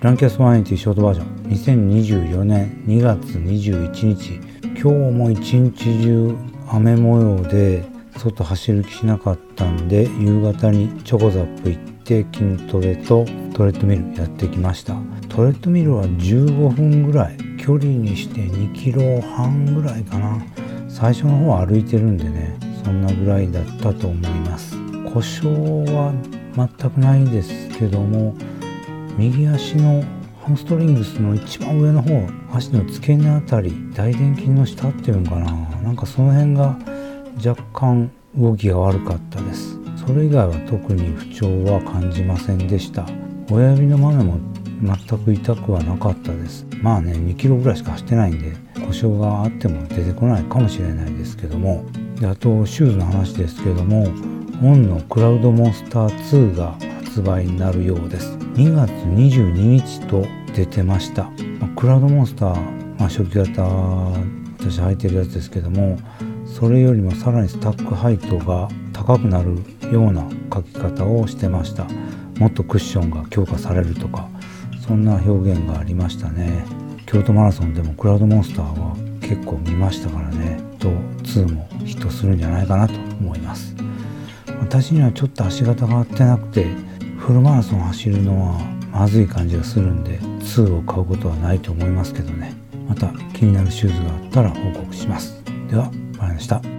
ランキャス180ショートバージョン2024年2月21日。今日も一日中雨模様で外走る気しなかったんで、夕方にチョコザップ行って筋トレとトレッドミルやってきました。トレッドミルは15分ぐらい、距離にして2キロ半ぐらいかな。最初の方は歩いてるんでね、そんなぐらいだったと思います。故障は全くないですけども、右足のハムストリングスの一番上の方、足の付け根あたり、大臀筋の下っていうのかな、なんかその辺が若干動きが悪かったです。それ以外は特に不調は感じませんでした。親指の豆も全く痛くはなかったです。まあね、2キロぐらいしか走ってないんで、故障があっても出てこないかもしれないですけども。で、あとシューズの話ですけれども、オンのクラウドモンスター2が発売になるようです。2月22日と出てました。クラウドモンスター、初期型、私履いてるやつですけども、それよりもさらにスタックハイトが高くなるような書き方をしてました。もっとクッションが強化されるとか、そんな表現がありましたね。京都マラソンでもクラウドモンスターは結構見ましたからね。と2もヒットするんじゃないかなと思います。私にはちょっと足型が合ってなくて、フルマラソン走るのはまずい感じがするんで、2を買うことはないと思いますけどね。また気になるシューズがあったら報告します。では、バイでした。